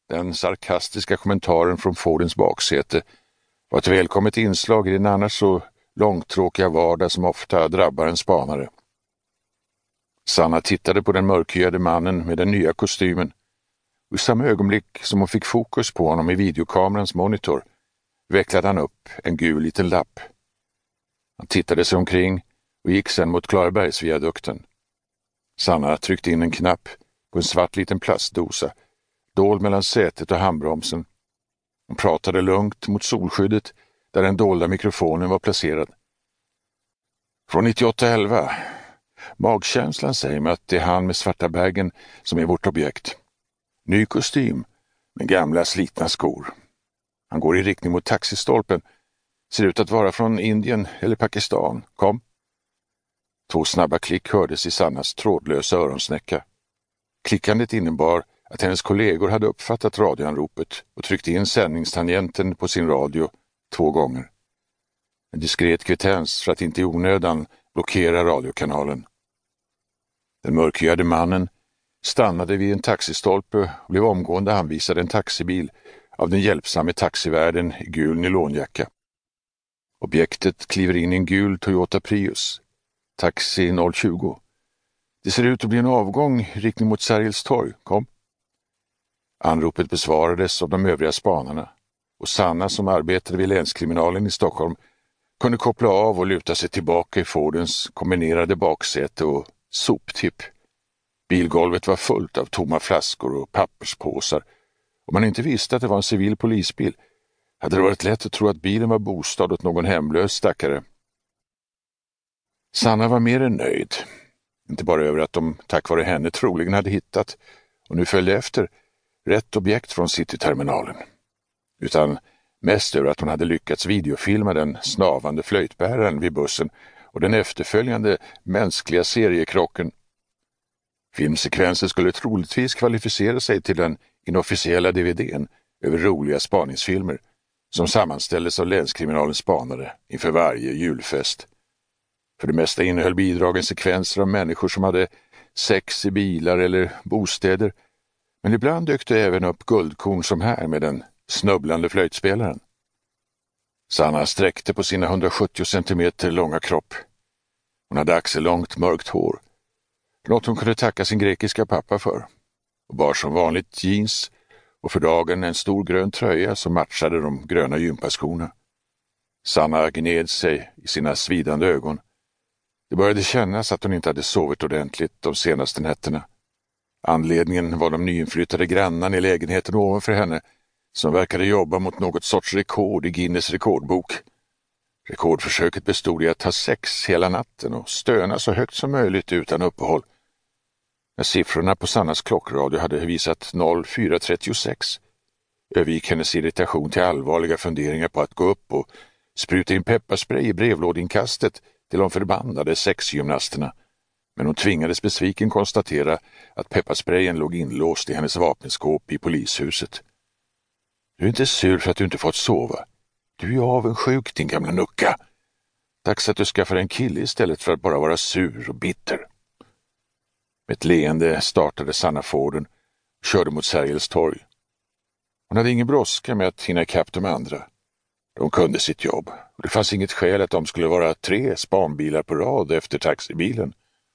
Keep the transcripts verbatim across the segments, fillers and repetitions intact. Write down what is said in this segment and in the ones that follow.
Den sarkastiska kommentaren från Fordens baksäte var ett välkommet inslag i den annars så långtråkiga vardag som ofta drabbar en spanare. Sanna tittade på den mörkhyade mannen med den nya kostymen, och i samma ögonblick som hon fick fokus på honom i videokamerans monitor vecklade han upp en gul liten lapp. Han tittade sig omkring och gick sedan mot Klarabergsviadukten. Sanna tryckte in en knapp på en svart liten plastdosa, dold mellan sätet och handbromsen. Hon pratade lugnt mot solskyddet där den dolda mikrofonen var placerad. Från nittioåtta elva. Magkänslan säger mig att det är han med svarta bagen som är vårt objekt. Ny kostym med gamla slitna skor. Han går i riktning mot taxistolpen. Ser ut att vara från Indien eller Pakistan. Kom. Två snabba klick hördes i Sannas trådlösa öronsnäcka. Klickandet innebar att hennes kollegor hade uppfattat radioanropet och tryckte in sändningstangenten på sin radio två gånger. En diskret kvittens för att inte i onödan blockera radiokanalen. Den mörkhyade mannen stannade vid en taxistolpe och blev omgående anvisad en taxibil av den hjälpsamme taxivärden i gul nylonjacka. Objektet kliver in i en gul Toyota Prius, taxi noll tjugo. Det ser ut att bli en avgång i riktning mot Sergels torg. Kom. Anropet besvarades av de övriga spanarna, och Sanna som arbetade vid länskriminalen i Stockholm kunde koppla av och luta sig tillbaka i Fordens kombinerade baksäte och soptipp. Bilgolvet var fullt av tomma flaskor och papperspåsar. Om man inte visste att det var en civil polisbil hade det varit lätt att tro att bilen var bostad åt någon hemlös stackare. Sanna var mer än nöjd. Inte bara över att de tack vare henne troligen hade hittat och nu följde efter rätt objekt från cityterminalen. Utan mest över att hon hade lyckats videofilma den snavande flöjtbäraren vid bussen och den efterföljande mänskliga seriekrocken. Filmsekvensen skulle troligtvis kvalificera sig till den inofficiella D V D:n över roliga spaningsfilmer som sammanställdes av länskriminalens spanare inför varje julfest. För det mesta innehöll bidragen sekvenser av människor som hade sex i bilar eller bostäder, men ibland dök det även upp guldkorn som här med den snubblande flöjtspelaren. Sanna sträckte på sina hundrasjuttio centimeter långa kropp. Hon hade axellångt mörkt hår, något hon kunde tacka sin grekiska pappa för, och bar som vanligt jeans och för dagen en stor grön tröja som matchade de gröna gympaskorna. Sanna gned sig i sina svidande ögon. Det började kännas att hon inte hade sovit ordentligt de senaste nätterna. Anledningen var de nyinflyttade grannarna i lägenheten ovanför henne som verkade jobba mot något sorts rekord i Guinness rekordbok. Rekordförsöket bestod i att ha sex hela natten och stöna så högt som möjligt utan uppehåll. När siffrorna på Sannas klockradio hade visat noll fyra trettiosex övergick hennes irritation till allvarliga funderingar på att gå upp och spruta in pepparspray i brevlådinkastet till de förbannade sexgymnasterna. Men hon tvingades besviken konstatera att pepparsprayen låg inlåst i hennes vapenskåp i polishuset. Du är inte sur för att du inte fått sova. Du är avundsjuk, din gamla nucka. Dags att du skaffar en kille istället för att bara vara sur och bitter. Med ett leende startade Sanna Forden och körde mot Sergels torg. Hon hade ingen brådska med att hinna ikapp de andra. De kunde sitt jobb och det fanns inget skäl att de skulle vara tre spanbilar på rad efter taxibilen.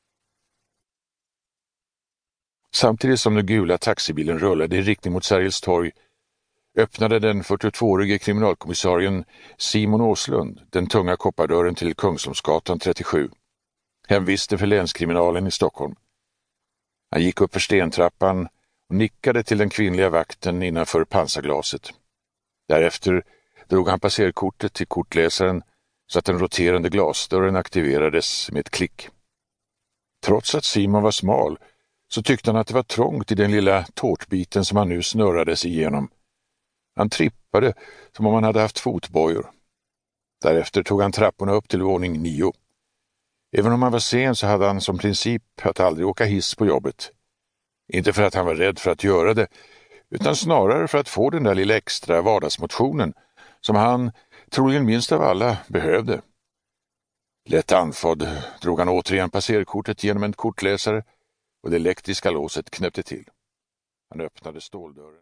Samtidigt som den gula taxibilen rullade i riktning mot Sergels torg öppnade den fyrtiotvåårige kriminalkommissarien Simon Åslund den tunga koppardörren till Kungsholmsgatan trettiosju, hemvisten för länskriminalen i Stockholm. Han gick upp för stentrappan och nickade till den kvinnliga vakten innanför pansarglaset. Därefter drog han passerkortet till kortläsaren så att den roterande glasdörren aktiverades med ett klick. Trots att Simon var smal så tyckte han att det var trångt i den lilla tårtbiten som han nu snurrades igenom. Han trippade som om han hade haft fotbojor. Därefter tog han trapporna upp till våning nio. Även om han var sen så hade han som princip att aldrig åka hiss på jobbet. Inte för att han var rädd för att göra det, utan snarare för att få den där lilla extra vardagsmotionen som han, troligen minst av alla, behövde. Lätt andfådd drog han återigen passerkortet genom en kortläsare och det elektriska låset knäppte till. Han öppnade ståldörren.